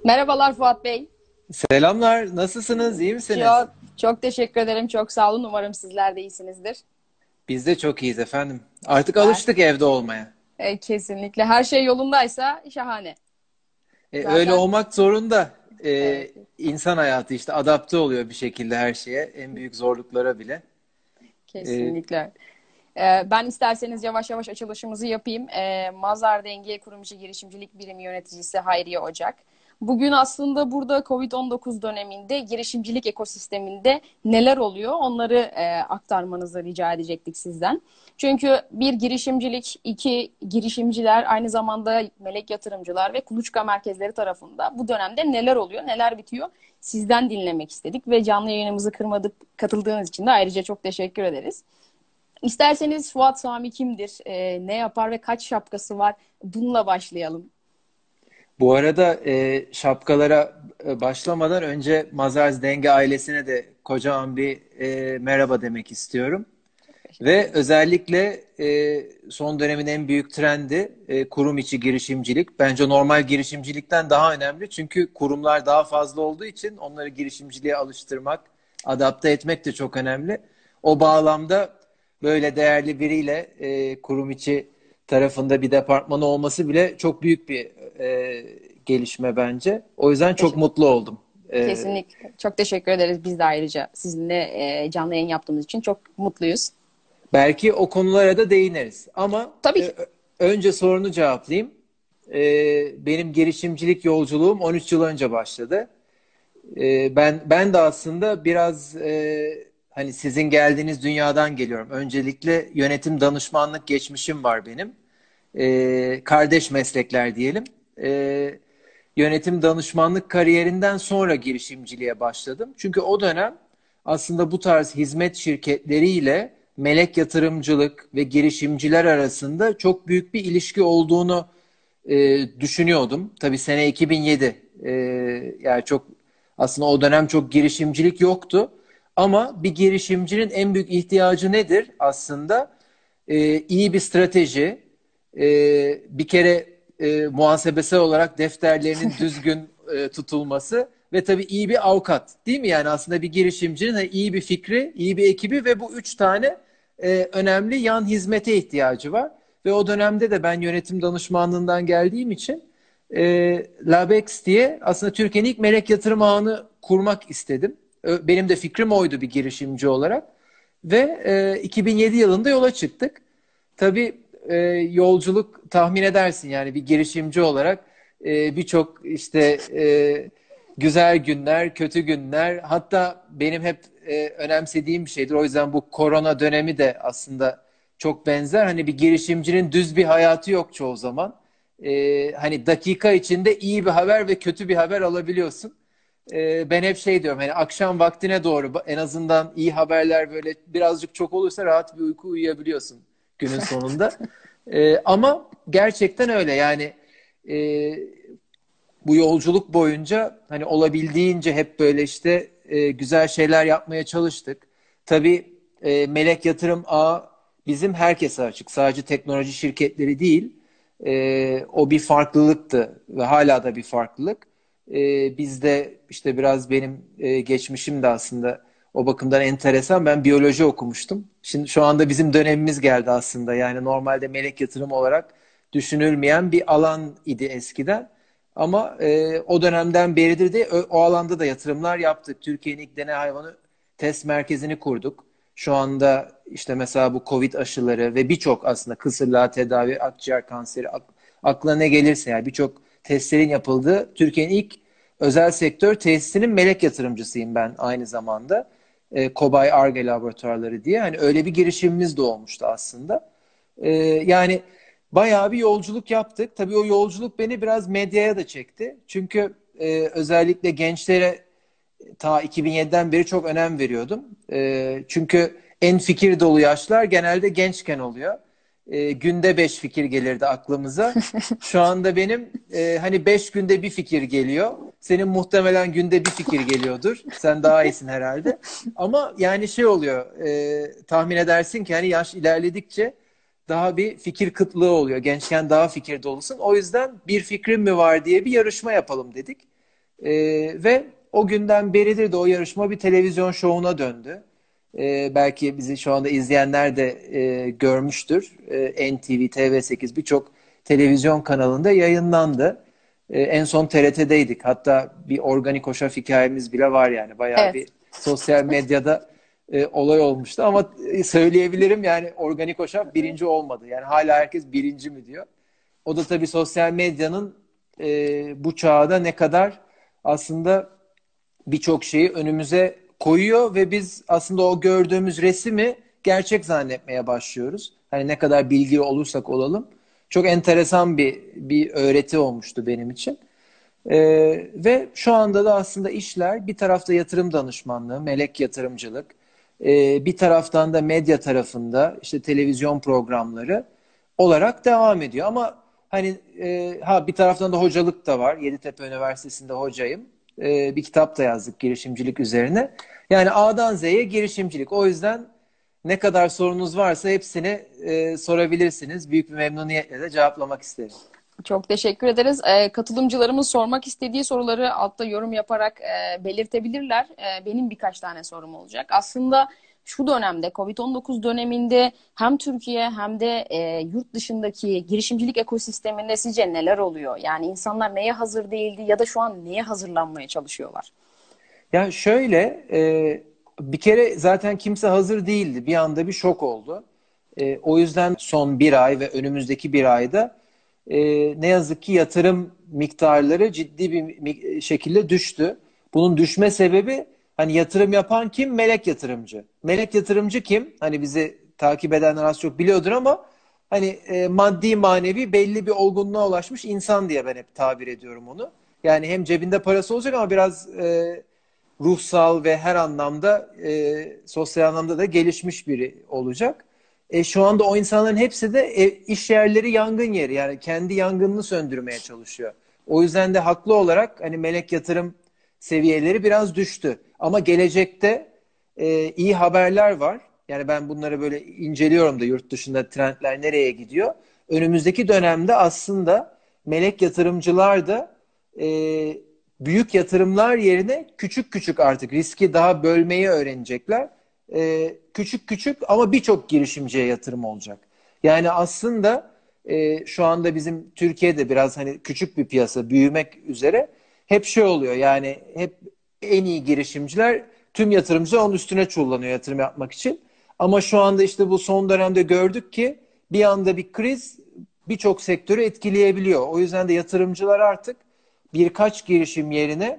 Merhabalar Fuat Bey. Selamlar, nasılsınız? İyi misiniz? Çok teşekkür ederim. Çok sağ olun. Umarım sizler de iyisinizdir. Biz de çok iyiyiz efendim. Artık Süper. alıştık evde olmaya. Kesinlikle. Her şey yolundaysa şahane. Öyle Zaten olmak zorunda. evet, İnsan hayatı işte adapte oluyor bir şekilde her şeye, en büyük zorluklara bile. E, kesinlikle. Ben isterseniz yavaş yavaş açılışımızı yapayım. Mazar Denge Kurum İçi Girişimcilik Birimi Yöneticisi Hayriye Ocak. Bugün aslında burada Covid-19 döneminde girişimcilik ekosisteminde neler oluyor onları aktarmanızı rica edecektik sizden. Çünkü bir girişimcilik, iki girişimciler aynı zamanda melek yatırımcılar ve kuluçka merkezleri tarafında bu dönemde neler oluyor, neler bitiyor sizden dinlemek istedik ve canlı yayınımızı kırmadık katıldığınız için de ayrıca çok teşekkür ederiz. İsterseniz Fuat Sami kimdir? Ne yapar ve kaç şapkası var? Bununla başlayalım. Bu arada şapkalara başlamadan önce Mazars Denge ailesine de kocaman bir merhaba demek istiyorum. Ve özellikle son dönemin en büyük trendi kurum içi girişimcilik. Bence normal girişimcilikten daha önemli. Çünkü kurumlar daha fazla olduğu için onları girişimciliğe alıştırmak, adapte etmek de çok önemli. O bağlamda böyle değerli biriyle kurum içi tarafında bir departmanı olması bile çok büyük bir gelişme bence. O yüzden çok Teşekkür, mutlu oldum. kesinlikle. Çok teşekkür ederiz. Biz de ayrıca sizinle canlı yayın yaptığımız için çok mutluyuz. Belki o konulara da değiniriz. Ama Tabii ki. önce sorunu cevaplayayım. Benim girişimcilik yolculuğum 13 yıl önce başladı. Ben de aslında biraz hani sizin geldiğiniz dünyadan geliyorum. Öncelikle yönetim danışmanlık geçmişim var benim. Kardeş meslekler diyelim. Yönetim danışmanlık kariyerinden sonra girişimciliğe başladım. Çünkü o dönem aslında bu tarz hizmet şirketleriyle melek yatırımcılık ve girişimciler arasında çok büyük bir ilişki olduğunu düşünüyordum. Tabii sene 2007. Yani çok aslında o dönem çok girişimcilik yoktu. Ama bir girişimcinin en büyük ihtiyacı nedir aslında? İyi bir strateji, bir kere muhasebesel olarak defterlerinin düzgün tutulması ve tabii iyi bir avukat, değil mi? Yani aslında bir girişimcinin iyi bir fikri, iyi bir ekibi ve bu üç tane önemli yan hizmete ihtiyacı var. Ve o dönemde de ben yönetim danışmanlığından geldiğim için Labex diye aslında Türkiye'nin ilk melek yatırım ağını kurmak istedim. Benim de fikrim oydu bir girişimci olarak. Ve 2007 yılında yola çıktık. Tabii yolculuk tahmin edersin yani bir girişimci olarak birçok işte güzel günler, kötü günler, hatta benim hep önemsediğim bir şeydir. O yüzden bu korona dönemi de aslında çok benzer. Hani bir girişimcinin düz bir hayatı yok çoğu zaman. Hani dakika içinde iyi bir haber ve kötü bir haber alabiliyorsun. Ben hep şey diyorum, hani akşam vaktine doğru en azından iyi haberler böyle birazcık çok olursa rahat bir uyku uyuyabiliyorsun günün sonunda. Ama gerçekten öyle yani, e, bu yolculuk boyunca hani olabildiğince hep böyle işte güzel şeyler yapmaya çalıştık. Tabii Melek Yatırım Ağı bizim herkese açık. Sadece teknoloji şirketleri değil. O bir farklılıktı ve hala da bir farklılık. Bizde işte biraz benim geçmişim de aslında o bakımdan enteresan. Ben biyoloji okumuştum. Şimdi şu anda bizim dönemimiz geldi aslında. Yani normalde melek yatırım olarak düşünülmeyen bir alan idi eskiden. Ama o dönemden beridir de o alanda da yatırımlar yaptık. Türkiye'nin ilk deney hayvanı test merkezini kurduk. Şu anda işte mesela bu Covid aşıları ve birçok aslında kısırlığa tedavi, akciğer kanseri, aklına ne gelirse yani birçok testlerin yapıldığı Türkiye'nin ilk özel sektör tesisinin melek yatırımcısıyım ben aynı zamanda. Kobay Ar-Ge laboratuvarları diye. Hani öyle bir girişimimiz de olmuştu aslında. Yani bayağı bir yolculuk yaptık. Tabii o yolculuk beni biraz medyaya da çekti. Çünkü özellikle gençlere ta 2007'den beri çok önem veriyordum. Çünkü en fikir dolu yaşlar genelde gençken oluyor. Günde 5 fikir gelirdi aklımıza. Şu anda benim hani 5 günde bir fikir geliyor. Senin muhtemelen günde bir fikir geliyordur. Sen daha iyisin herhalde. Ama yani şey oluyor, tahmin edersin ki hani yaş ilerledikçe daha bir fikir kıtlığı oluyor. Gençken daha fikir dolusun. O yüzden bir fikrim mi var diye bir yarışma yapalım dedik. Ve o günden beridir de o yarışma bir televizyon şovuna döndü. Belki bizi şu anda izleyenler de görmüştür. NTV, TV8 birçok televizyon kanalında yayınlandı. En son TRT'deydik. Hatta bir organik hoşaf hikayemiz bile var yani. Bayağı Evet. bir sosyal medyada olay olmuştu. Ama söyleyebilirim yani organik hoşaf birinci olmadı. Yani hala herkes birinci mi diyor. O da tabii sosyal medyanın bu çağda ne kadar aslında birçok şeyi önümüze koyuyor ve biz aslında o gördüğümüz resmi gerçek zannetmeye başlıyoruz. Hani ne kadar bilgi olursak olalım. Çok enteresan bir öğreti olmuştu benim için. Ve şu anda da aslında işler bir tarafta yatırım danışmanlığı, melek yatırımcılık, bir taraftan da medya tarafında işte televizyon programları olarak devam ediyor. Ama hani bir taraftan da hocalık da var. Yeditepe Üniversitesi'nde hocayım. Bir kitap da yazdık girişimcilik üzerine. Yani A'dan Z'ye girişimcilik. O yüzden ne kadar sorunuz varsa hepsini sorabilirsiniz. Büyük bir memnuniyetle de cevaplamak isterim. Çok teşekkür ederiz. Katılımcılarımız sormak istediği soruları altta yorum yaparak belirtebilirler. Benim birkaç tane sorum olacak. Aslında şu dönemde, Covid-19 döneminde hem Türkiye hem de yurt dışındaki girişimcilik ekosisteminde sizce neler oluyor? Yani insanlar neye hazır değildi ya da şu an neye hazırlanmaya çalışıyorlar? Yani şöyle, bir kere zaten kimse hazır değildi. Bir anda bir şok oldu. O yüzden son bir ay ve önümüzdeki bir ayda ne yazık ki yatırım miktarları ciddi bir şekilde düştü. Bunun düşme sebebi hani yatırım yapan kim? Melek yatırımcı. Melek yatırımcı kim? Hani bizi takip edenler az çok biliyordur ama hani maddi manevi belli bir olgunluğa ulaşmış insan diye ben hep tabir ediyorum onu. Yani hem cebinde parası olacak ama biraz ruhsal ve her anlamda sosyal anlamda da gelişmiş biri olacak. Şu anda o insanların hepsi de iş yerleri yangın yeri. Yani kendi yangınını söndürmeye çalışıyor. O yüzden de haklı olarak hani melek yatırım seviyeleri biraz düştü. Ama gelecekte iyi haberler var. Yani ben bunları böyle inceliyorum da yurt dışında trendler nereye gidiyor. Önümüzdeki dönemde aslında melek yatırımcılar da e, büyük yatırımlar yerine küçük küçük artık riski daha bölmeyi öğrenecekler. Küçük küçük ama birçok girişimciye yatırım olacak. Yani aslında şu anda bizim Türkiye'de biraz hani küçük bir piyasa büyümek üzere hep şey oluyor. Yani hep en iyi girişimciler tüm yatırımcılar onun üstüne çullanıyor yatırım yapmak için. Ama şu anda işte bu son dönemde gördük ki bir anda bir kriz birçok sektörü etkileyebiliyor. O yüzden de yatırımcılar artık birkaç girişim yerine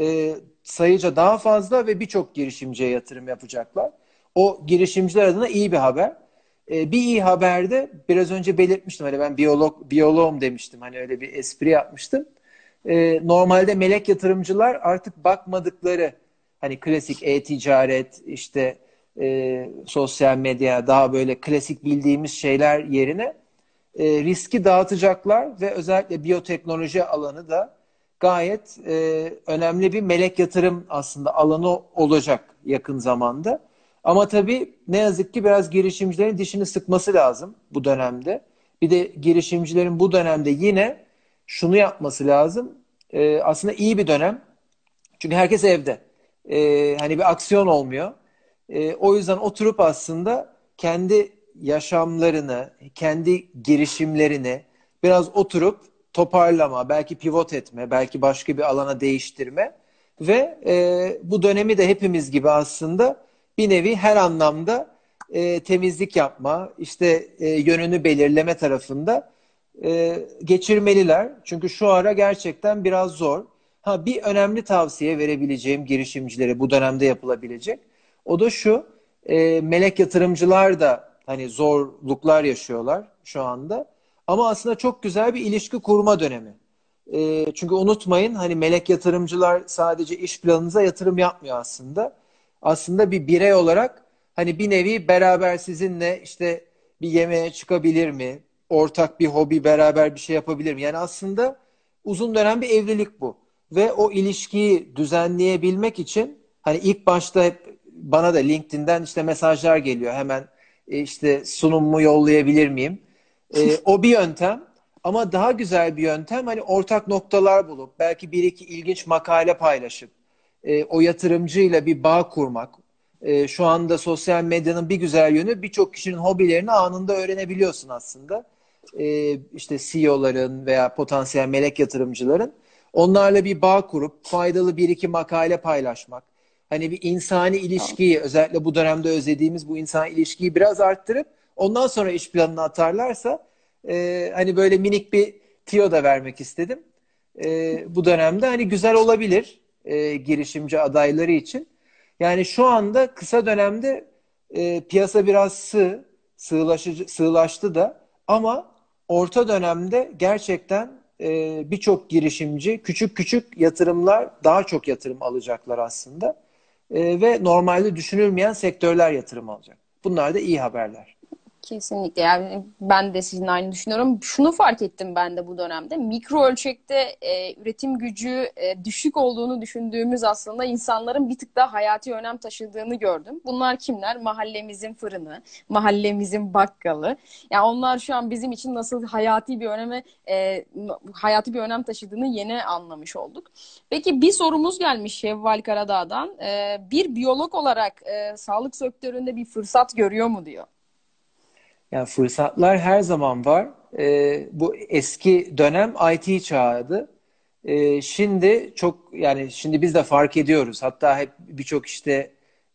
sayıca daha fazla ve birçok girişimciye yatırım yapacaklar. O girişimciler adına iyi bir haber. Bir iyi haber de biraz önce belirtmiştim. Hani ben biyoloğum demiştim. Hani öyle bir espri yapmıştım. Normalde melek yatırımcılar artık bakmadıkları hani klasik e-ticaret işte sosyal medya daha böyle klasik bildiğimiz şeyler yerine riski dağıtacaklar ve özellikle biyoteknoloji alanı da gayet önemli bir melek yatırım aslında alanı olacak yakın zamanda. Ama tabii ne yazık ki biraz girişimcilerin dişini sıkması lazım bu dönemde. Bir de girişimcilerin bu dönemde yine şunu yapması lazım. Aslında iyi bir dönem. Çünkü herkes evde. Hani bir aksiyon olmuyor. O yüzden oturup aslında kendi yaşamlarını, kendi girişimlerini biraz oturup toparlama, belki pivot etme, belki başka bir alana değiştirme ve bu dönemi de hepimiz gibi aslında bir nevi her anlamda temizlik yapma, işte yönünü belirleme tarafında geçirmeliler. Çünkü şu ara gerçekten biraz zor. Bir önemli tavsiye verebileceğim girişimcilere bu dönemde yapılabilecek. O da şu, melek yatırımcılar da hani zorluklar yaşıyorlar şu anda. Ama aslında çok güzel bir ilişki kurma dönemi. Çünkü unutmayın hani melek yatırımcılar sadece iş planınıza yatırım yapmıyor aslında. Aslında bir birey olarak hani bir nevi beraber sizinle işte bir yemeğe çıkabilir mi? Ortak bir hobi beraber bir şey yapabilir mi? Yani aslında uzun dönem bir evlilik bu. Ve o ilişkiyi düzenleyebilmek için hani ilk başta hep bana da LinkedIn'den işte mesajlar geliyor. Hemen işte sunumumu yollayabilir miyim? O bir yöntem. Ama daha güzel bir yöntem hani ortak noktalar bulup belki bir iki ilginç makale paylaşıp o yatırımcıyla bir bağ kurmak. Şu anda sosyal medyanın bir güzel yönü birçok kişinin hobilerini anında öğrenebiliyorsun aslında. İşte CEO'ların veya potansiyel melek yatırımcıların onlarla bir bağ kurup faydalı bir iki makale paylaşmak. Hani bir insani ilişkiyi özellikle bu dönemde özlediğimiz bu insani ilişkiyi biraz arttırıp ondan sonra iş planını atarlarsa hani böyle minik bir tiyo da vermek istedim. Bu dönemde hani güzel olabilir girişimci adayları için. Yani şu anda kısa dönemde piyasa biraz sığlaştı da ama orta dönemde gerçekten birçok girişimci küçük küçük yatırımlar daha çok yatırım alacaklar aslında. Ve normalde düşünülmeyen sektörler yatırım alacak. Bunlar da iyi haberler. Kesinlikle, yani ben de sizin aynı düşünüyorum. Şunu fark ettim ben de bu dönemde. Mikro ölçekte üretim gücü düşük olduğunu düşündüğümüz aslında insanların bir tık daha hayati önem taşıdığını gördüm. Bunlar kimler? Mahallemizin fırını, mahallemizin bakkalı. Yani onlar şu an bizim için nasıl hayati bir önem taşıdığını yeni anlamış olduk. Peki bir sorumuz gelmiş Şevval Karadağ'dan. Bir biyolog olarak sağlık sektöründe bir fırsat görüyor mu diyor. Yani fırsatlar her zaman var. Bu eski dönem IT çağıydı. Şimdi çok yani şimdi biz de fark ediyoruz. Hatta hep birçok işte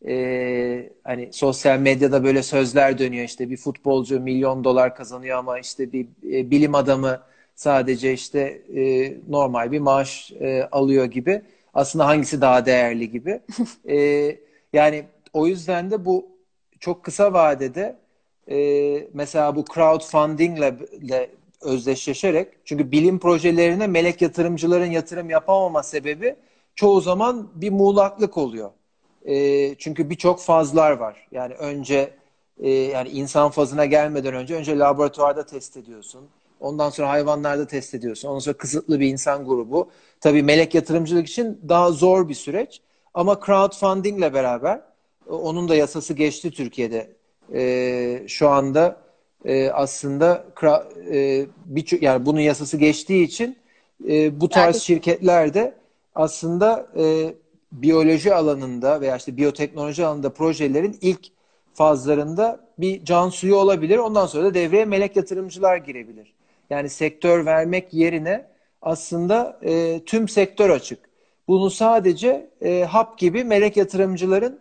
hani sosyal medyada böyle sözler dönüyor. İşte bir futbolcu milyon dolar kazanıyor ama işte bir bilim adamı sadece işte normal bir maaş alıyor gibi. Aslında hangisi daha değerli gibi. E, Yani o yüzden de bu çok kısa vadede mesela bu crowdfundingle özdeşleşerek çünkü bilim projelerine melek yatırımcıların yatırım yapamama sebebi çoğu zaman bir muğlaklık oluyor. Çünkü birçok fazlar var. Yani önce yani insan fazına gelmeden önce laboratuvarda test ediyorsun. Ondan sonra hayvanlarda test ediyorsun. Ondan sonra kısıtlı bir insan grubu. Tabii melek yatırımcılık için daha zor bir süreç. Ama crowdfundingle beraber onun da yasası geçti Türkiye'de. Şu anda aslında yani bunun yasası geçtiği için bu tarz Herkes şirketler de aslında biyoloji alanında veya işte biyoteknoloji alanında projelerin ilk fazlarında bir can suyu olabilir. Ondan sonra da devreye melek yatırımcılar girebilir. Yani sektör vermek yerine aslında tüm sektör açık. Bunu sadece hap gibi melek yatırımcıların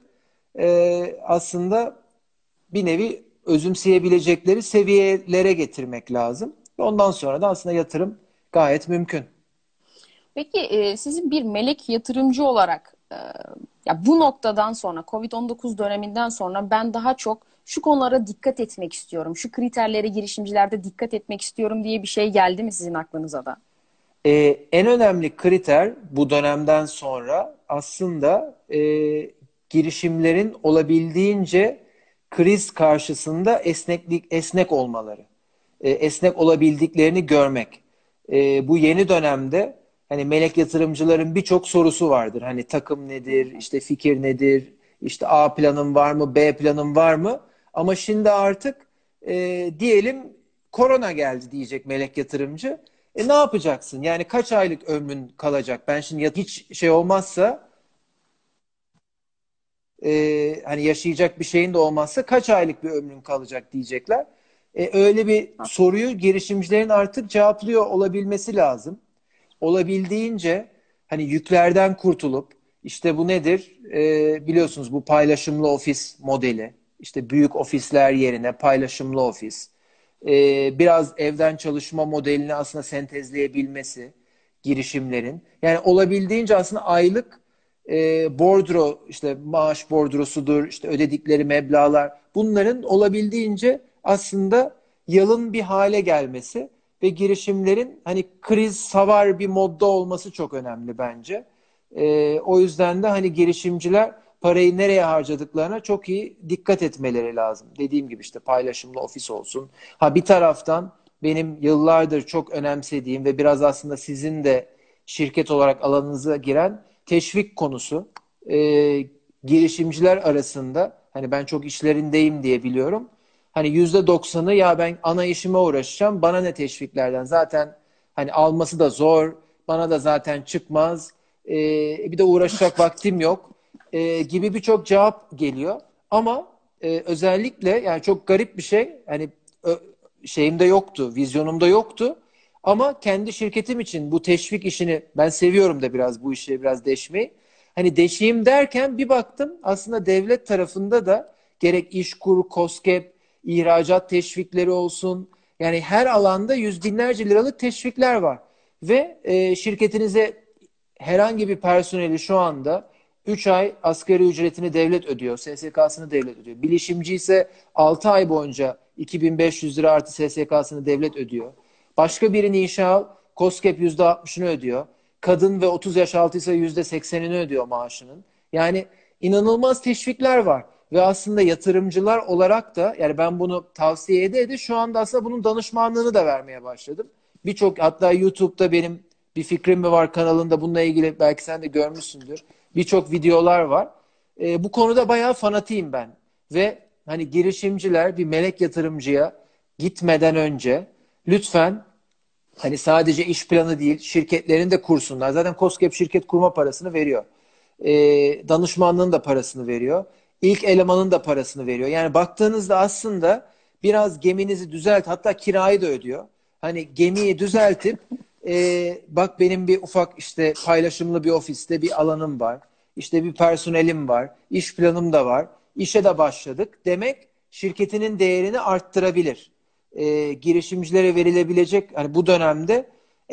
aslında bir nevi özümseyebilecekleri seviyelere getirmek lazım. Ondan sonra da aslında yatırım gayet mümkün. Peki sizin bir melek yatırımcı olarak ya bu noktadan sonra Covid-19 döneminden sonra ben daha çok şu konulara dikkat etmek istiyorum, şu kriterlere girişimcilerde dikkat etmek istiyorum diye bir şey geldi mi sizin aklınıza da? En önemli kriter bu dönemden sonra aslında girişimlerin olabildiğince kriz karşısında esnek olmaları, esnek olabildiklerini görmek. Bu yeni dönemde hani melek yatırımcıların birçok sorusu vardır. Hani takım nedir, işte fikir nedir, işte A planım var mı, B planım var mı? Ama şimdi artık diyelim korona geldi diyecek melek yatırımcı. Ne yapacaksın? Yani kaç aylık ömrün kalacak? Ben şimdi hiç şey olmazsa hani yaşayacak bir şeyin de olmazsa kaç aylık bir ömrün kalacak diyecekler. Öyle bir soruyu girişimcilerin artık cevaplıyor olabilmesi lazım. Olabildiğince hani yüklerden kurtulup işte bu nedir? Biliyorsunuz bu paylaşımlı ofis modeli. İşte büyük ofisler yerine paylaşımlı ofis. Biraz evden çalışma modelini aslında sentezleyebilmesi girişimlerin. Yani olabildiğince aslında aylık bordro işte maaş bordrosudur işte ödedikleri meblağlar bunların olabildiğince aslında yalın bir hale gelmesi ve girişimlerin hani kriz savar bir modda olması çok önemli bence. O yüzden de hani girişimciler parayı nereye harcadıklarına çok iyi dikkat etmeleri lazım. Dediğim gibi işte paylaşımlı ofis olsun. Ha bir taraftan benim yıllardır çok önemsediğim ve biraz aslında sizin de şirket olarak alanınıza giren teşvik konusu. Girişimciler arasında hani ben çok işlerindeyim diye biliyorum. Hani %90'ı ya ben ana işime uğraşacağım. Bana ne teşviklerden? Zaten hani alması da zor. Bana da zaten çıkmaz. Bir de uğraşacak vaktim yok. Gibi birçok cevap geliyor. Ama özellikle yani çok garip bir şey. Hani şeyimde yoktu, vizyonumda yoktu. Ama kendi şirketim için bu teşvik işini ben seviyorum da biraz bu işi biraz deşmeyi. Hani deşeyim derken bir baktım aslında devlet tarafında da gerek İşkur, KOSGEB, ihracat teşvikleri olsun. Yani her alanda yüz binlerce liralık teşvikler var. Ve şirketinize herhangi bir personeli şu anda 3 ay asgari ücretini devlet ödüyor. SSK'sını devlet ödüyor. Bilişimci ise 6 ay boyunca 2.500 lira artı SSK'sını devlet ödüyor. Başka birini işe al, KOSGEB %60'ını ödüyor. Kadın ve 30 yaş altıysa %80'ini ödüyor maaşının. Yani inanılmaz teşvikler var. Ve aslında yatırımcılar olarak da yani ben bunu tavsiye ede şu anda aslında bunun danışmanlığını da vermeye başladım. Birçok hatta YouTube'da benim bir fikrim mi var kanalında bununla ilgili belki sen de görmüşsündür. Birçok videolar var. Bu konuda bayağı fanatiyim ben. Ve hani girişimciler bir melek yatırımcıya gitmeden önce lütfen hani sadece iş planı değil şirketlerini de kursunlar. Zaten KOSGEB şirket kurma parasını veriyor. Danışmanlığın da parasını veriyor. İlk elemanın da parasını veriyor. Yani baktığınızda aslında biraz geminizi düzelt hatta kirayı da ödüyor. Hani gemiyi düzeltip bak benim bir ufak işte paylaşımlı bir ofiste bir alanım var. İşte bir personelim var. İş planım da var. İşe de başladık. Demek şirketinin değerini arttırabilir. Girişimcilere verilebilecek hani bu dönemde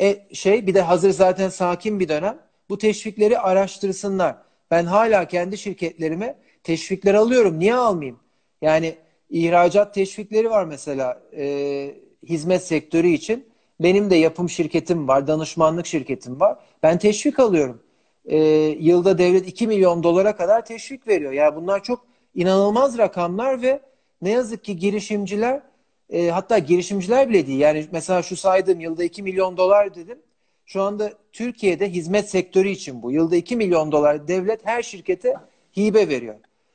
bir de hazır zaten sakin bir dönem. Bu teşvikleri araştırsınlar. Ben hala kendi şirketlerime teşvikler alıyorum. Niye almayayım? Yani ihracat teşvikleri var mesela hizmet sektörü için. Benim de yapım şirketim var, danışmanlık şirketim var. Ben teşvik alıyorum. Yılda devlet 2 milyon dolara kadar teşvik veriyor. Yani bunlar çok inanılmaz rakamlar ve ne yazık ki girişimciler hatta girişimciler bile değil. Yani mesela şu saydığım yılda 2 milyon dolar dedim. Şu anda Türkiye'de hizmet sektörü için bu. Yılda 2 milyon dolar devlet her şirkete hibe veriyor.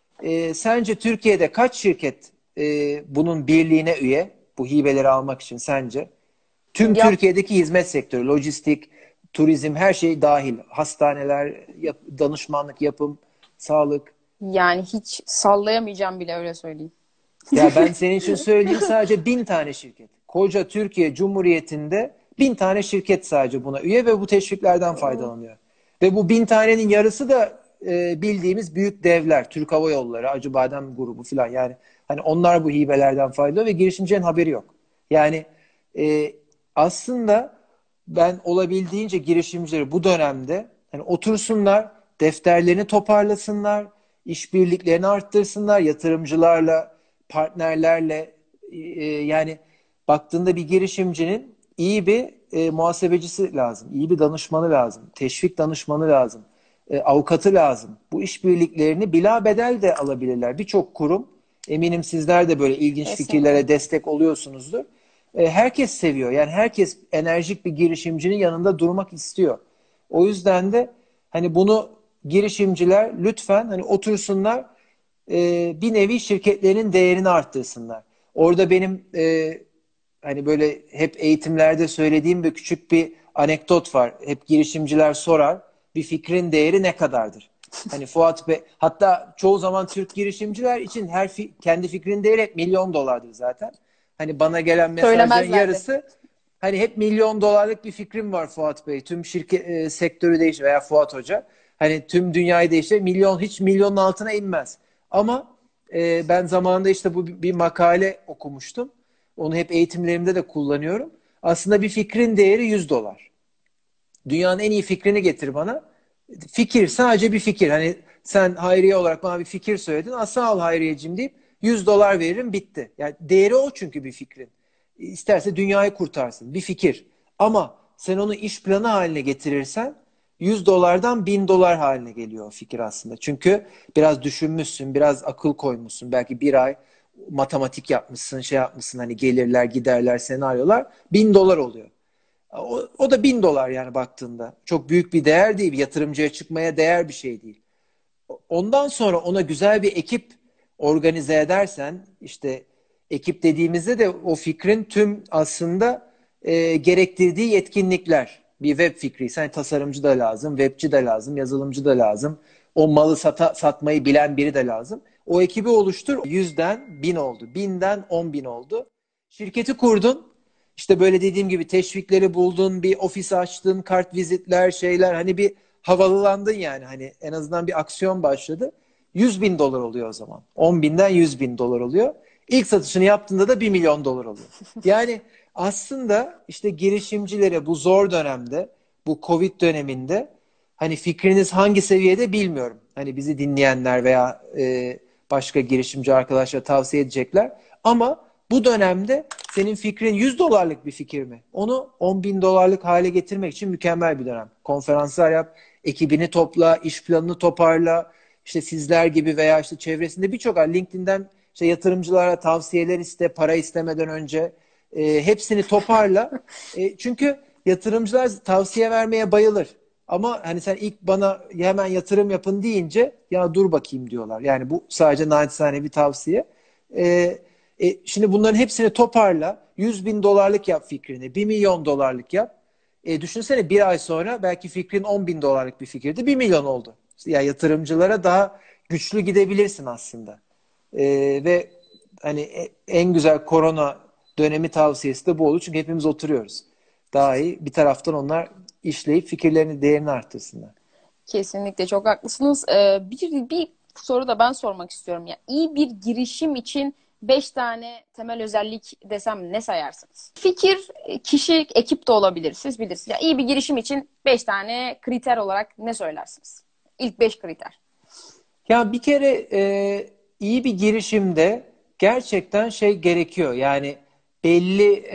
Sence Türkiye'de kaç şirket bunun birliğine üye? Bu hibeleri almak için sence? Tüm Ya Türkiye'deki hizmet sektörü, lojistik, turizm her şey dahil. Hastaneler, danışmanlık, yapım, sağlık. yani hiç sallayamayacağım bile öyle söyleyeyim. Ya ben senin için söyleyeyim sadece 1.000 tane şirket. Koca Türkiye Cumhuriyeti'nde 1.000 tane şirket sadece buna üye ve bu teşviklerden faydalanıyor. Ve bu 1.000 tanenin yarısı da bildiğimiz büyük devler. Türk Hava Yolları, Acıbadem grubu falan. Yani hani onlar bu hibelerden faydalanıyor ve girişimcinin haberi yok. Yani e, aslında ben olabildiğince girişimcileri bu dönemde hani otursunlar, defterlerini toparlasınlar, işbirliklerini arttırsınlar, yatırımcılarla, partnerlerle yani baktığında bir girişimcinin iyi bir muhasebecisi lazım, iyi bir danışmanı lazım, teşvik danışmanı lazım, avukatı lazım. Bu işbirliklerini bilabedel de alabilirler. Birçok kurum, eminim sizler de böyle ilginç Kesinlikle. fikirlere destek oluyorsunuzdur. Herkes seviyor. Yani herkes enerjik bir girişimcinin yanında durmak istiyor. O yüzden de hani bunu girişimciler lütfen hani otursunlar bir nevi şirketlerinin değerini arttırsınlar. Orada benim hani böyle hep eğitimlerde söylediğim bir küçük bir anekdot var. Hep girişimciler sorar. Bir fikrin değeri ne kadardır? Hani Fuat Bey, hatta çoğu zaman Türk girişimciler için kendi fikrinin değeri hep milyon dolardır zaten. Hani bana gelen mesajların Söylemezler de. yarısı hani hep milyon dolarlık bir fikrim var Fuat Bey. Tüm şirket sektörü değiştir veya Fuat Hoca. Hani tüm dünyayı değiştir. Milyon hiç milyonun altına inmez. Ama ben zamanında işte bu bir makale okumuştum. Onu hep eğitimlerimde de kullanıyorum. Aslında bir fikrin değeri 100 dolar. Dünyanın en iyi fikrini getir bana. Fikir, sadece bir fikir. Hani sen Hayriye olarak bana bir fikir söyledin. Sağ ol Hayriyeciğim deyip 100 dolar veririm bitti. Yani değeri o çünkü bir fikrin. İsterse dünyayı kurtarsın. Bir fikir. Ama sen onu iş planı haline getirirsen 100 dolardan 1.000 dolar haline geliyor o fikir aslında. Çünkü biraz düşünmüşsün, biraz akıl koymuşsun. Belki bir ay matematik yapmışsın, şey yapmışsın hani gelirler, giderler, senaryolar 1.000 dolar oluyor. O da 1.000 dolar yani baktığında. Çok büyük bir değer değil. Yatırımcıya çıkmaya değer bir şey değil. Ondan sonra ona güzel bir ekip organize edersen işte Ekip dediğimizde de o fikrin tüm aslında gerektirdiği yetkinlikler. Bir web fikri. Sen tasarımcı da lazım, webci de lazım, yazılımcı da lazım. O malı satmayı bilen biri de lazım. O ekibi oluştur. 100'den 1000 oldu. 1000'den 10.000 oldu. Şirketi kurdun. İşte böyle dediğim gibi teşvikleri buldun, bir ofis açtın, kart vizitler, şeyler, hani bir havalılandın yani, hani en azından bir aksiyon başladı. 100.000 dolar oluyor o zaman. 10.000'den 100.000 dolar oluyor. İlk satışını yaptığında da 1 milyon dolar oluyor. Yani aslında işte girişimcilere bu zor dönemde, bu Covid döneminde, hani fikriniz hangi seviyede bilmiyorum. Hani bizi dinleyenler veya başka girişimci arkadaşlar tavsiye edecekler. Ama bu dönemde senin fikrin 100 dolarlık bir fikir mi? Onu 10 bin dolarlık hale getirmek için mükemmel bir dönem. Konferanslar yap, ekibini topla, iş planını toparla. İşte sizler gibi veya işte çevresinde birçok LinkedIn'den işte yatırımcılara tavsiyeler iste, para istemeden önce. Hepsini toparla. Çünkü yatırımcılar tavsiye vermeye bayılır. Ama hani sen ilk bana hemen yatırım yapın deyince ya dur bakayım diyorlar. Yani bu sadece naçizane bir tavsiye. Şimdi bunların hepsini toparla. 100.000 dolarlık yap fikrini. 1 milyon dolarlık yap. Düşünsene bir ay sonra belki fikrin 10.000 dolarlık bir fikirdi. 1 milyon oldu. Yani yatırımcılara daha güçlü gidebilirsin aslında. Ve hani en güzel korona dönemi tavsiyesi de bu olur. Çünkü hepimiz oturuyoruz. Daha iyi bir taraftan onlar işleyip fikirlerini, değerini arttırsınlar. Kesinlikle çok haklısınız. Bir soru da ben sormak istiyorum. Ya, iyi bir girişim için 5 tane temel özellik desem ne sayarsınız? Fikir, kişi, ekip de olabilir. Siz bilirsiniz. Ya, iyi bir girişim için 5 tane kriter olarak ne söylersiniz? İlk 5 kriter. Ya bir kere iyi bir girişimde gerçekten şey gerekiyor. Yani belli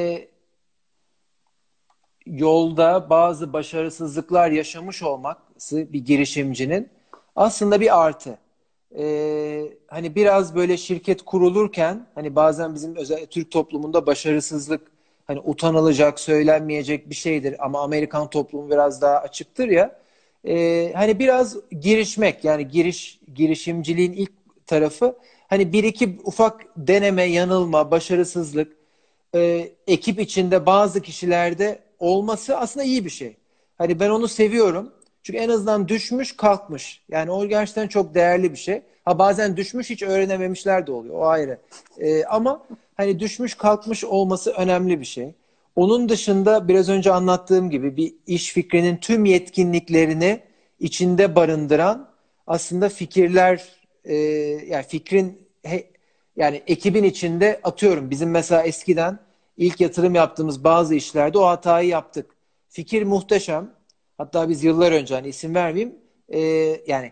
yolda bazı başarısızlıklar yaşamış olması bir girişimcinin aslında bir artı. Hani biraz böyle şirket kurulurken hani bazen bizim özel Türk toplumunda başarısızlık hani utanılacak, söylenmeyecek bir şeydir ama Amerikan toplumu biraz daha açıktır ya. Hani biraz girişmek, yani girişimciliğin ilk tarafı hani bir iki ufak deneme, yanılma, başarısızlık ekip içinde bazı kişilerde olması aslında iyi bir şey. Hani ben onu seviyorum. Çünkü en azından düşmüş kalkmış. Yani o gerçekten çok değerli bir şey. Ha bazen düşmüş hiç öğrenememişler de oluyor. O ayrı. Ama hani düşmüş kalkmış olması önemli bir şey. Onun dışında biraz önce anlattığım gibi bir iş fikrinin tüm yetkinliklerini içinde barındıran aslında fikirler, yani yani ekibin içinde, atıyorum bizim mesela eskiden ilk yatırım yaptığımız bazı işlerde o hatayı yaptık. Fikir muhteşem. Hatta biz yıllar önce, hani isim vermeyeyim, yani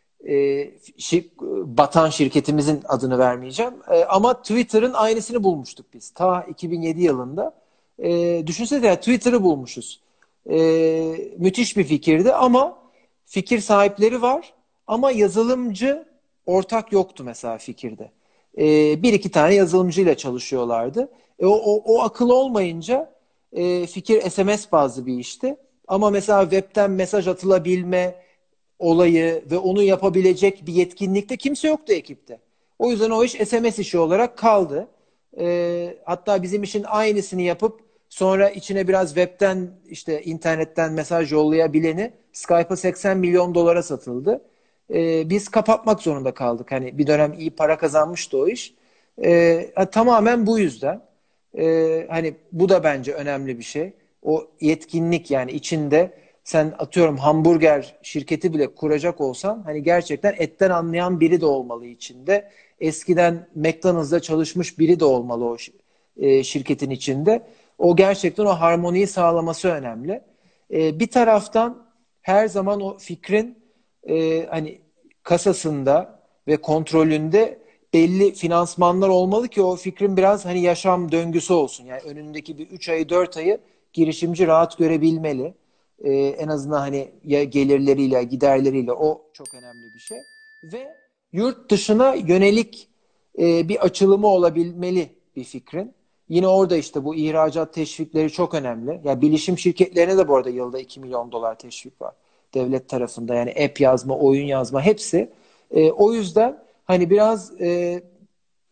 batan şirketimizin adını vermeyeceğim. Ama Twitter'ın aynısını bulmuştuk biz. Ta 2007 yılında. Düşünsene ya, Twitter'ı bulmuşuz. Müthiş bir fikirdi ama fikir sahipleri var ama yazılımcı ortak yoktu mesela fikirde. Bir iki tane yazılımcıyla çalışıyorlardı. O akıl olmayınca fikir SMS bazlı bir işti. Ama mesela webten mesaj atılabilme olayı ve onu yapabilecek bir yetkinlikte kimse yoktu ekipte. O yüzden o iş SMS işi olarak kaldı. Hatta bizim işin aynısını yapıp sonra içine biraz webten, işte internetten mesaj yollayabileni Skype'a 80 milyon dolara satıldı. Biz kapatmak zorunda kaldık. Hani bir dönem iyi para kazanmıştı o iş. Tamamen bu yüzden. Hani bu da bence önemli bir şey. O yetkinlik, yani içinde sen atıyorum hamburger şirketi bile kuracak olsan hani gerçekten etten anlayan biri de olmalı içinde. Eskiden McDonald's'da çalışmış biri de olmalı o şirketin içinde. O gerçekten o harmoniyi sağlaması önemli. Bir taraftan her zaman o fikrin hani kasasında ve kontrolünde belli finansmanlar olmalı ki o fikrin biraz hani yaşam döngüsü olsun. Yani önündeki bir 3 ayı 4 ayı girişimci rahat görebilmeli. En azından hani ya gelirleriyle giderleriyle, o çok önemli bir şey. Ve yurt dışına yönelik bir açılımı olabilmeli bir fikrin. Yine orada işte bu ihracat teşvikleri çok önemli. Ya bilişim şirketlerine de bu arada yılda 2 milyon dolar teşvik var devlet tarafında. Yani app yazma, oyun yazma hepsi. O yüzden hani biraz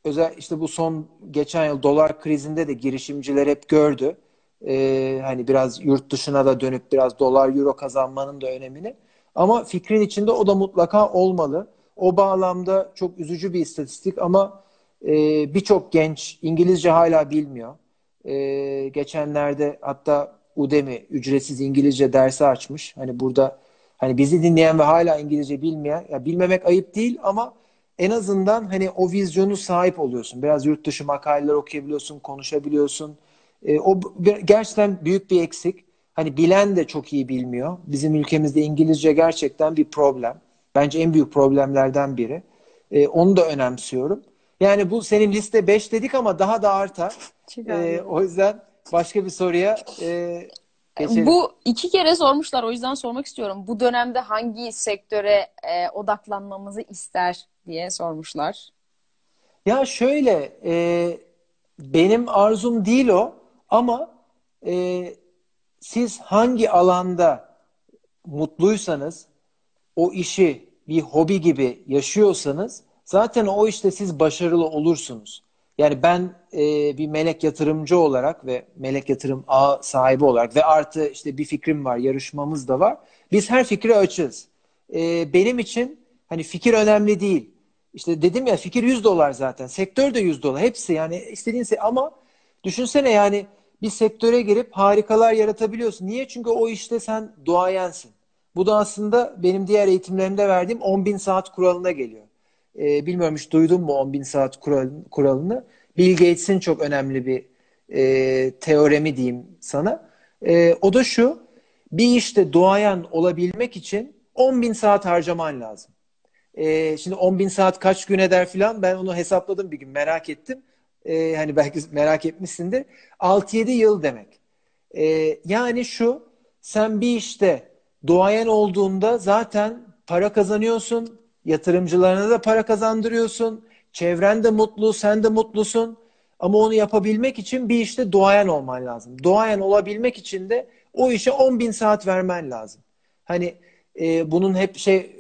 özel işte bu son geçen yıl dolar krizinde de girişimciler hep gördü. Hani biraz yurt dışına da dönüp biraz dolar euro kazanmanın da önemini. Ama fikrin içinde o da mutlaka olmalı. O bağlamda çok üzücü bir istatistik ama birçok genç İngilizce hala bilmiyor. Geçenlerde hatta Udemy ücretsiz İngilizce dersi açmış. Hani burada hani bizi dinleyen ve hala İngilizce bilmeyen, ya bilmemek ayıp değil ama en azından hani o vizyonu sahip oluyorsun. Biraz yurt dışı makaleler okuyabiliyorsun, konuşabiliyorsun. Gerçekten büyük bir eksik. Hani bilen de çok iyi bilmiyor. Bizim ülkemizde İngilizce gerçekten bir problem. Bence en büyük problemlerden biri. Onu da önemsiyorum. Yani bu senin liste 5 dedik ama daha da artar. Çıkardım. O yüzden başka bir soruya geçelim. Bu iki kere sormuşlar, o yüzden sormak istiyorum. Bu dönemde hangi sektöre odaklanmamızı ister diye sormuşlar. Ya şöyle, benim arzum değil o ama e, siz hangi alanda mutluysanız, o işi bir hobi gibi yaşıyorsanız zaten o işte siz başarılı olursunuz. Yani ben bir melek yatırımcı olarak ve melek yatırım ağı sahibi olarak ve artı işte bir fikrim var, yarışmamız da var. Biz her fikre açığız. Benim için hani fikir önemli değil. İşte dedim ya, fikir $100 zaten. Sektör de $100. Hepsi yani istediğin şey ama düşünsene yani bir sektöre girip harikalar yaratabiliyorsun. Niye? Çünkü o işte sen duayensin. Bu da aslında benim diğer eğitimlerimde verdiğim 10.000 saat kuralına geliyor. Bilmiyorum, hiç duydun mu 10.000 saat kuralını? Bill Gates'in çok önemli bir teoremi diyeyim sana. O da şu: bir işte duayen olabilmek için 10.000 saat harcaman lazım. Şimdi 10.000 saat kaç gün eder filan, ben onu hesapladım bir gün, merak ettim. Hani belki merak etmişsindir. 6-7 yıl demek. Yani şu, sen bir işte duayen olduğunda zaten para kazanıyorsun, yatırımcılarına da para kazandırıyorsun, çevren de mutlu, sen de mutlusun. Ama onu yapabilmek için bir işte duayen olman lazım. Duayen olabilmek için de o işe 10.000 saat vermen lazım. Hani bunun hep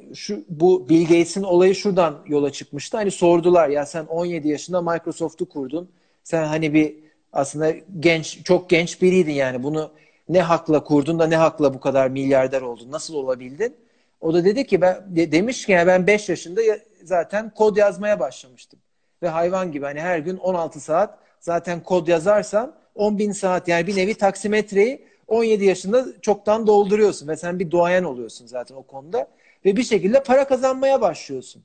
bu Bill Gates'in olayı şuradan yola çıkmıştı. Hani sordular, ya sen 17 yaşında Microsoft'u kurdun. Sen hani bir aslında çok genç biriydin yani. Bunu ne hakla kurdun da ne hakla bu kadar milyarder oldun? Nasıl olabildin? O da dedi ki demiş ki ya ben 5 yaşında zaten kod yazmaya başlamıştım. Ve hayvan gibi hani her gün 16 saat zaten kod yazarsan 10.000 saat, yani bir nevi taksimetreyi 17 yaşında çoktan dolduruyorsun ve sen bir duayen oluyorsun zaten o konuda ve bir şekilde para kazanmaya başlıyorsun.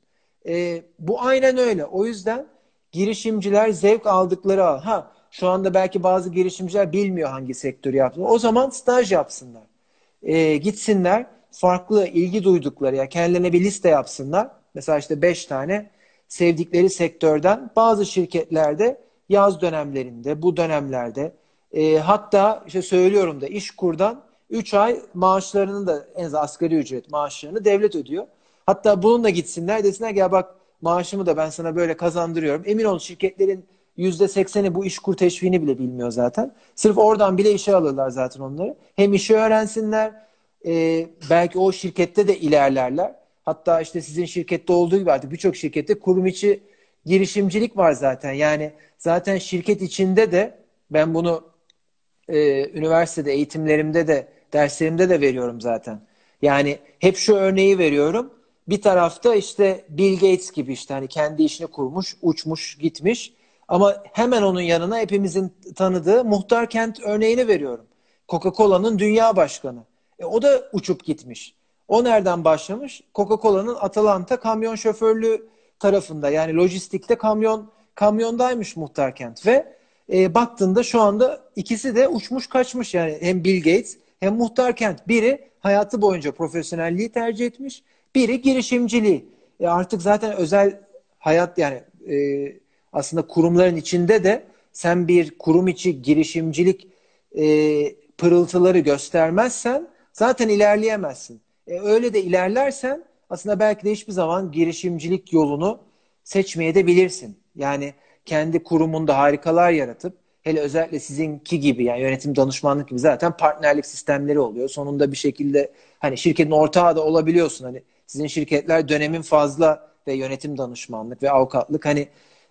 Bu aynen öyle. O yüzden girişimciler zevk aldıkları şu anda belki bazı girişimciler bilmiyor hangi sektörü yaptığını. O zaman staj yapsınlar. Gitsinler farklı ilgi duydukları, ya kendilerine bir liste yapsınlar. Mesela işte 5 tane sevdikleri sektörden bazı şirketlerde yaz dönemlerinde, bu dönemlerde hatta işte söylüyorum da İşkur'dan 3 ay maaşlarını da, en az asgari ücret maaşlarını devlet ödüyor. Hatta bununla gitsinler, desinler ki ya bak, maaşımı da ben sana böyle kazandırıyorum. Emin ol şirketlerin %80'i bu İşkur teşviğini bile bilmiyor zaten. Sırf oradan bile işe alırlar zaten onları. Hem işi öğrensinler, belki o şirkette de ilerlerler. Hatta işte sizin şirkette olduğu gibi artık birçok şirkette kurum içi girişimcilik var zaten. Yani zaten şirket içinde de ben bunu üniversitede eğitimlerimde de derslerimde de veriyorum zaten. Yani hep şu örneği veriyorum. Bir tarafta işte Bill Gates gibi işte hani kendi işini kurmuş, uçmuş, gitmiş. Ama hemen onun yanına hepimizin tanıdığı Muhtar Kent örneğini veriyorum. Coca-Cola'nın dünya başkanı. O da uçup gitmiş. O nereden başlamış? Coca-Cola'nın Atlanta kamyon şoförlüğü tarafında, yani lojistikte kamyondaymış Muhtar Kent ve baktığında şu anda ikisi de uçmuş kaçmış, yani hem Bill Gates hem Muhtar Kent. Biri hayatı boyunca profesyonelliği tercih etmiş, biri girişimciliği. Artık zaten özel hayat yani aslında kurumların içinde de sen bir kurum içi girişimcilik pırıltıları göstermezsen zaten ilerleyemezsin. Öyle de ilerlersen aslında belki de hiçbir zaman girişimcilik yolunu seçmeye de bilirsin. Yani kendi kurumunda harikalar yaratıp, hele özellikle sizinki gibi yani yönetim danışmanlık gibi zaten partnerlik sistemleri oluyor. Sonunda bir şekilde hani şirketin ortağı da olabiliyorsun. Hani sizin şirketler dönemin fazla ve yönetim danışmanlık ve avukatlık, hani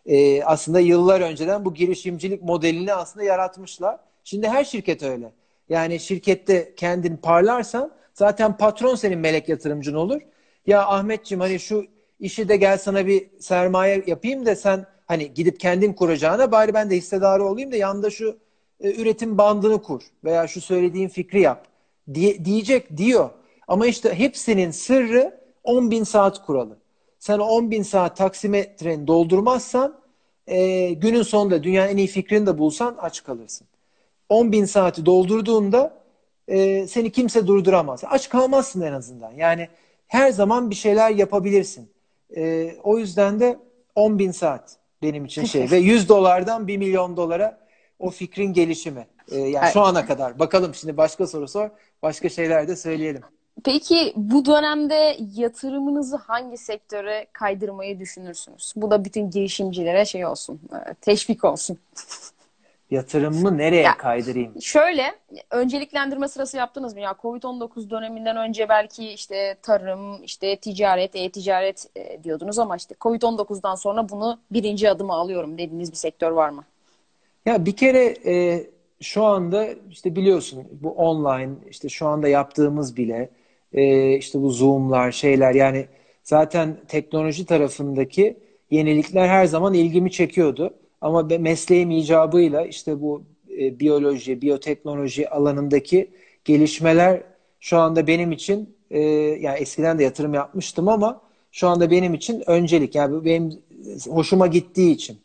Aslında yıllar önceden bu girişimcilik modelini aslında yaratmışlar. Şimdi her şirket öyle. Yani şirkette kendin parlarsan zaten patron senin melek yatırımcın olur. Ya Ahmetciğim hani şu işi de gel sana bir sermaye yapayım da sen hani gidip kendin kuracağına bari ben de hissedarı olayım da yanında şu üretim bandını kur veya şu söylediğin fikri yap diyecek diyor. Ama işte hepsinin sırrı 10 bin saat kuralı. Sen o 10 bin saat taksimetreni doldurmazsan günün sonunda dünyanın en iyi fikrini de bulsan aç kalırsın. 10 bin saati doldurduğunda seni kimse durduramaz. Aç kalmazsın en azından. Yani her zaman bir şeyler yapabilirsin. O yüzden de 10 bin saat benim için şey ve 100 dolardan 1 milyon dolara o fikrin gelişimi. Yani şu ana kadar. Bakalım şimdi başka soru sor. Başka şeyler de söyleyelim. Peki bu dönemde yatırımınızı hangi sektöre kaydırmayı düşünürsünüz? Bu da bütün girişimcilere şey olsun, teşvik olsun. Yatırımımı nereye Ya kaydırayım? şöyle, önceliklendirme sırası yaptınız mı? Ya Covid-19 döneminden önce belki işte tarım, işte ticaret, e-ticaret diyordunuz ama işte Covid-19'dan sonra bunu birinci adıma alıyorum dediğiniz bir sektör var mı? Ya bir kere şu anda işte biliyorsun bu online işte şu anda yaptığımız bile işte bu Zoom'lar şeyler yani zaten teknoloji tarafındaki yenilikler her zaman ilgimi çekiyordu. Ama mesleğim icabıyla işte bu biyoloji, biyoteknoloji alanındaki gelişmeler şu anda benim için yani eskiden de yatırım yapmıştım ama şu anda benim için öncelik. Yani bu benim hoşuma gittiği için.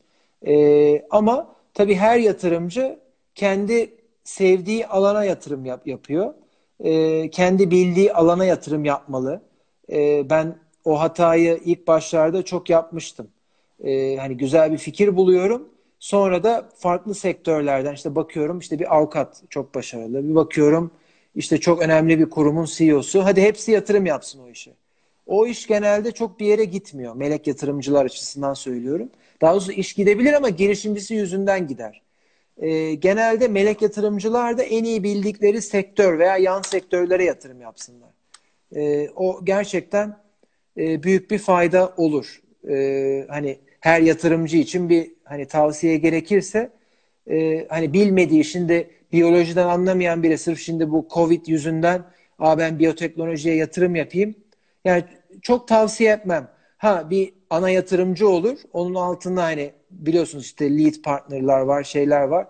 Ama tabii her yatırımcı kendi sevdiği alana yatırım yapıyor. Kendi bildiği alana yatırım yapmalı. Ben o hatayı ilk başlarda çok yapmıştım. Hani güzel bir fikir buluyorum. Sonra da farklı sektörlerden işte bakıyorum işte bir avukat çok başarılı. Bir bakıyorum işte çok önemli bir kurumun CEO'su. Hadi hepsi yatırım yapsın o işe. O iş genelde çok bir yere gitmiyor. Melek yatırımcılar açısından söylüyorum. Daha doğrusu iş gidebilir ama girişimcisi yüzünden gider. Genelde melek yatırımcılar da en iyi bildikleri sektör veya yan sektörlere yatırım yapsınlar. O gerçekten büyük bir fayda olur. Hani her yatırımcı için bir hani tavsiye gerekirse hani bilmediği şimdi biyolojiden anlamayan biri sırf şimdi bu Covid yüzünden ben biyoteknolojiye yatırım yapayım. Yani çok tavsiye etmem. Ha bir ana yatırımcı olur. Onun altında hani biliyorsunuz işte lead partnerlar var, şeyler var.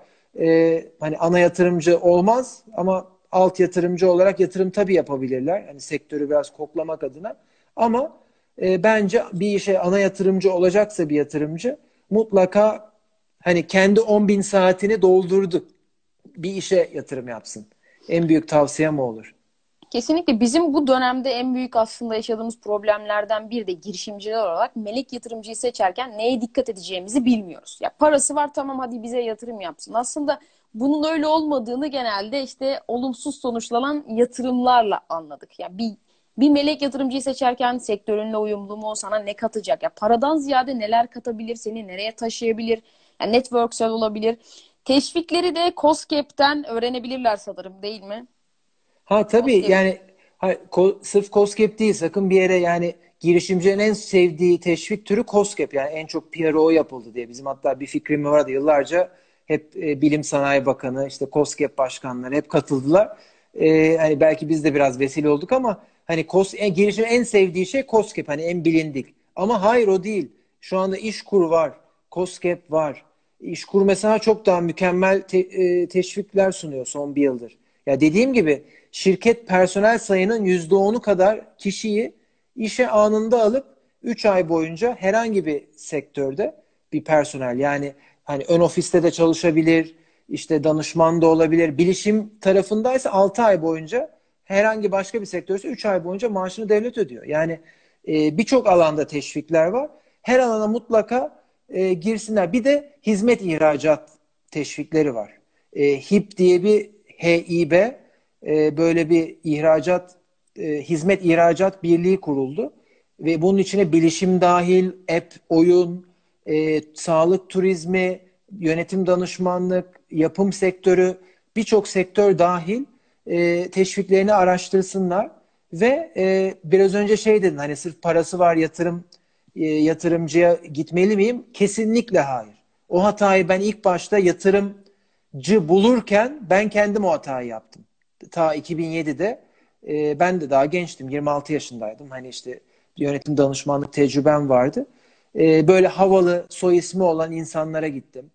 Hani ana yatırımcı olmaz ama alt yatırımcı olarak yatırım tabii yapabilirler. Hani sektörü biraz koklamak adına. Ama bence bir işe ana yatırımcı olacaksa bir yatırımcı mutlaka hani kendi 10 bin saatini doldurdu. Bir işe yatırım yapsın. En büyük tavsiyem o olur. Kesinlikle bizim bu dönemde en büyük aslında yaşadığımız problemlerden biri de girişimciler olarak melek yatırımcıyı seçerken neye dikkat edeceğimizi bilmiyoruz. Ya parası var tamam hadi bize yatırım yapsın. Aslında bunun öyle olmadığını genelde işte olumsuz sonuçlanan yatırımlarla anladık. Ya bir melek yatırımcıyı seçerken sektörünle uyumlu mu, sana ne katacak? Ya paradan ziyade neler katabilir, seni nereye taşıyabilir? Ya networksel olabilir. Teşvikleri de KOSGEB'ten öğrenebilirler sanırım değil mi? Ha tabii KOSGEB. yani sırf KOSGEB değil sakın bir yere yani girişimcinin en sevdiği teşvik türü KOSGEB yani en çok PRO yapıldı diye bizim hatta bir fikrimiz vardı yıllarca hep Bilim Sanayi Bakanı işte KOSGEB başkanları hep katıldılar. Hani belki biz de biraz vesile olduk ama hani girişimin en sevdiği şey KOSGEB hani en bilindik. Ama hayır o değil. Şu anda İşkur var, KOSGEB var. İşkur mesela çok daha mükemmel teşvikler sunuyor son bir yıldır. Ya dediğim gibi şirket personel sayının %10'u kadar kişiyi işe anında alıp 3 ay boyunca herhangi bir sektörde bir personel yani hani ön ofiste de çalışabilir, işte danışman da olabilir. Bilişim tarafındaysa 6 ay boyunca herhangi başka bir sektörse 3 ay boyunca maaşını devlet ödüyor. Yani birçok alanda teşvikler var. Her alana mutlaka girsinler. Bir de hizmet ihracat teşvikleri var. HİP diye bir HİB böyle bir hizmet ihracat birliği kuruldu ve bunun içine bilişim dahil, app, oyun, sağlık turizmi, yönetim danışmanlık, yapım sektörü birçok sektör dahil teşviklerini araştırsınlar ve biraz önce şey dedin hani sırf parası var yatırım yatırımcıya gitmeli miyim? Kesinlikle hayır. O hatayı ben ilk başta yatırımcı bulurken ben kendim o hatayı yaptım. Ta 2007'de ben de daha gençtim. 26 yaşındaydım. Hani işte yönetim danışmanlık tecrübem vardı. Böyle havalı soy ismi olan insanlara gittim.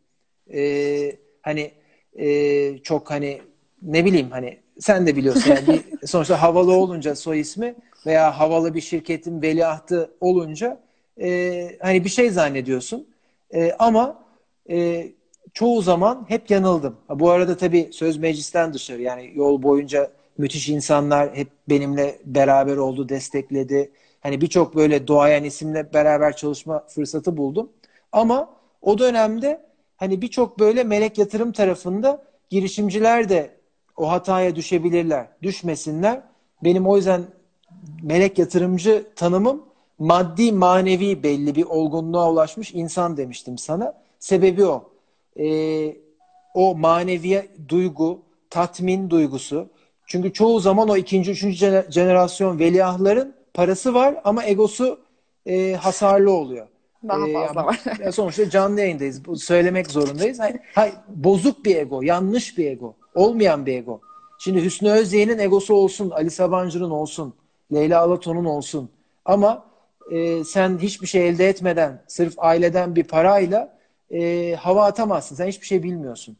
Hani çok hani ne bileyim hani sen de biliyorsun yani sonuçta havalı olunca soy ismi veya havalı bir şirketin veliahtı olunca hani bir şey zannediyorsun. Ama çoğu zaman hep yanıldım. Bu arada tabii söz meclisten dışarı yani yol boyunca müthiş insanlar hep benimle beraber oldu, destekledi. Hani birçok böyle duayen isimle beraber çalışma fırsatı buldum. Ama o dönemde hani birçok böyle melek yatırım tarafında girişimciler de o hataya düşebilirler, düşmesinler. Benim o yüzden melek yatırımcı tanımım maddi manevi belli bir olgunluğa ulaşmış insan demiştim sana. Sebebi o. O manevi duygu, tatmin duygusu. Çünkü çoğu zaman o ikinci, üçüncü jenerasyon veliahtların parası var ama egosu hasarlı oluyor. Daha fazla var. Sonuçta canlı yayındayız. Bu söylemek zorundayız. Bozuk bir ego, yanlış bir ego, olmayan bir ego. Şimdi Hüsnü Özyeğin'in egosu olsun, Ali Sabancı'nın olsun, Leyla Alaton'un olsun. Ama sen hiçbir şey elde etmeden, sırf aileden bir parayla hava atamazsın. Sen hiçbir şey bilmiyorsun.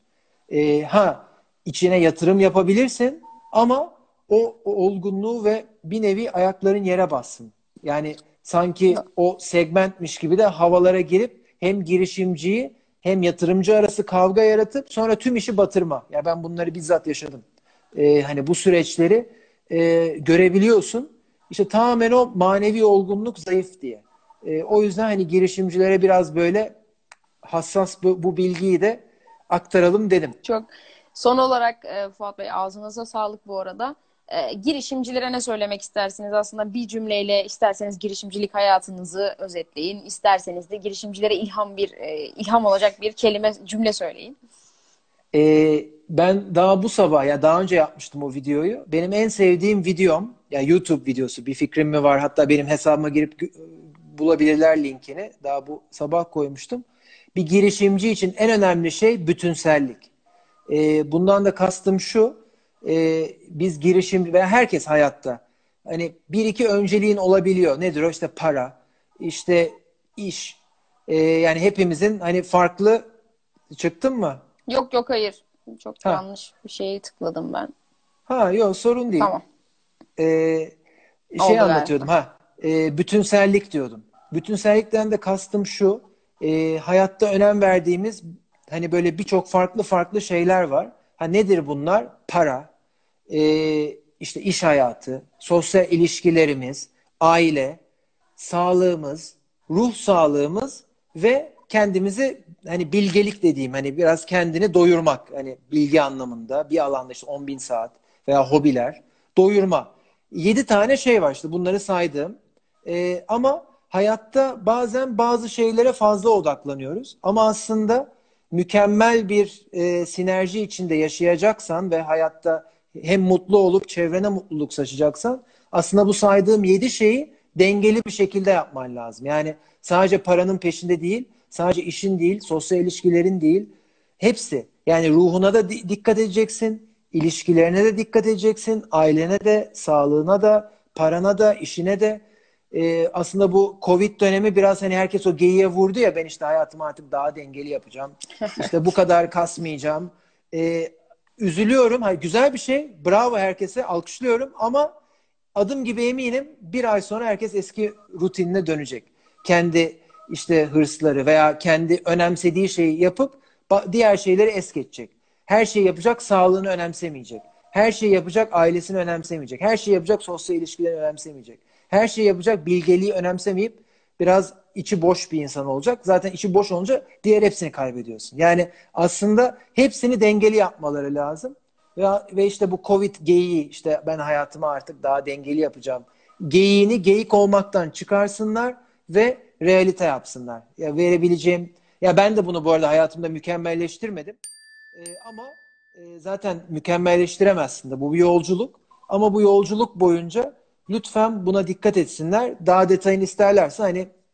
İçine yatırım yapabilirsin ama o olgunluğu ve bir nevi ayakların yere bassın. Yani sanki o segmentmiş gibi de havalara girip hem girişimciyi hem yatırımcı arası kavga yaratıp sonra tüm işi batırma. Ya ben bunları bizzat yaşadım. Hani bu süreçleri görebiliyorsun. İşte tamamen o manevi olgunluk zayıf diye. O yüzden hani girişimcilere biraz böyle hassas bu bilgiyi de aktaralım dedim. Çok son olarak Fuat Bey ağzınıza sağlık bu arada. Girişimcilere ne söylemek istersiniz? Aslında bir cümleyle isterseniz girişimcilik hayatınızı özetleyin. İsterseniz de girişimcilere ilham olacak bir cümle söyleyin. Ben daha bu sabah ya daha önce yapmıştım o videoyu. Benim en sevdiğim videom ya YouTube videosu bir fikrim mi var? Hatta benim hesabıma girip bulabilirler linkini. Daha bu sabah koymuştum. Bir girişimci için en önemli şey bütünsellik. Bundan da kastım şu. Biz girişim ve herkes hayatta hani bir iki önceliğin olabiliyor. Nedir o? İşte para, işte iş. Yani hepimizin hani farklı çıktın mı? Yok yok, hayır. Çok Ha, yanlış bir şeye tıkladım ben. yok sorun değil. Tamam. Ee, Şey Oldu anlatıyordum galiba. bütünsellik diyordum. Bütünsellikten de kastım şu hayatta önem verdiğimiz hani böyle birçok farklı farklı şeyler var. Ha nedir bunlar? Para, işte iş hayatı, sosyal ilişkilerimiz, aile, sağlığımız, ruh sağlığımız ve kendimizi hani bilgelik dediğim hani biraz kendini doyurmak hani bilgi anlamında bir alanda işte 10 bin saat veya hobiler doyurma. 7 tane şey var işte bunları saydım. Ama hayatta bazen bazı şeylere fazla odaklanıyoruz. Ama aslında mükemmel bir sinerji içinde yaşayacaksan ve hayatta hem mutlu olup çevrene mutluluk saçacaksan aslında bu saydığım 7 şeyi dengeli bir şekilde yapman lazım. Yani sadece paranın peşinde değil, sadece işin değil, sosyal ilişkilerin değil, hepsi. Yani ruhuna da dikkat edeceksin, ilişkilerine de dikkat edeceksin, ailene de, sağlığına da, parana da, işine de. Aslında bu Covid dönemi biraz hani herkes o geyiğe vurdu ya ben işte hayatımı artık daha dengeli yapacağım. İşte bu kadar kasmayacağım. Ee, Üzülüyorum. Hayır, güzel bir şey. Bravo herkese. Alkışlıyorum ama adım gibi eminim bir ay sonra herkes eski rutinine dönecek. Kendi işte hırsları veya kendi önemsediği şeyi yapıp diğer şeyleri es geçecek. Her şeyi yapacak, sağlığını önemsemeyecek. Her şeyi yapacak, ailesini önemsemeyecek. Her şeyi yapacak, sosyal ilişkilerini önemsemeyecek. Her şeyi yapacak, bilgeliği önemsemeyip biraz içi boş bir insan olacak. Zaten içi boş olunca diğer hepsini kaybediyorsun. Yani aslında hepsini dengeli yapmaları lazım. Ve işte bu Covid geyiği işte ben hayatımı artık daha dengeli yapacağım. Geyiğini geyik olmaktan çıkarsınlar ve realite yapsınlar. Ya verebileceğim ya ben de bunu bu arada hayatımda mükemmelleştirmedim. Ama zaten mükemmelleştiremezsin de bu bir yolculuk. Ama bu yolculuk boyunca lütfen buna dikkat etsinler. Daha detayını isterlerse hani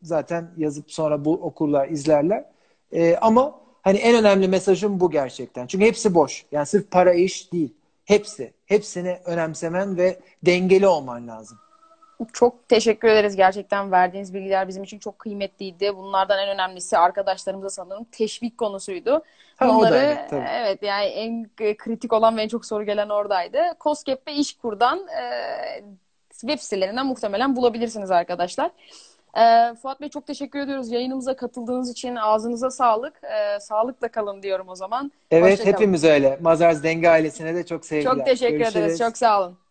zaten yazıp sonra bu okurlar, izlerler. Ama hani en önemli mesajım bu gerçekten. Çünkü hepsi boş. Yani sırf para iş değil. Hepsi. Hepsini önemsemen ve dengeli olman lazım. Çok teşekkür ederiz. Gerçekten verdiğiniz bilgiler bizim için çok kıymetliydi. Bunlardan en önemlisi arkadaşlarımıza sanırım teşvik konusuydu. Ha o da Bunları evet tabii. evet yani en kritik olan ve en çok soru gelen oradaydı. KOSGEB ve İşkur'dan web sitelerinden muhtemelen bulabilirsiniz arkadaşlar. Fuat Bey çok teşekkür ediyoruz. Yayınımıza katıldığınız için ağzınıza sağlık. Sağlıkla kalın diyorum o zaman. Evet Hoşça kalın. hepimiz öyle. Mazars Denge ailesine de çok Çok sevgiler. teşekkür ederiz. Görüşürüz. Çok sağ olun.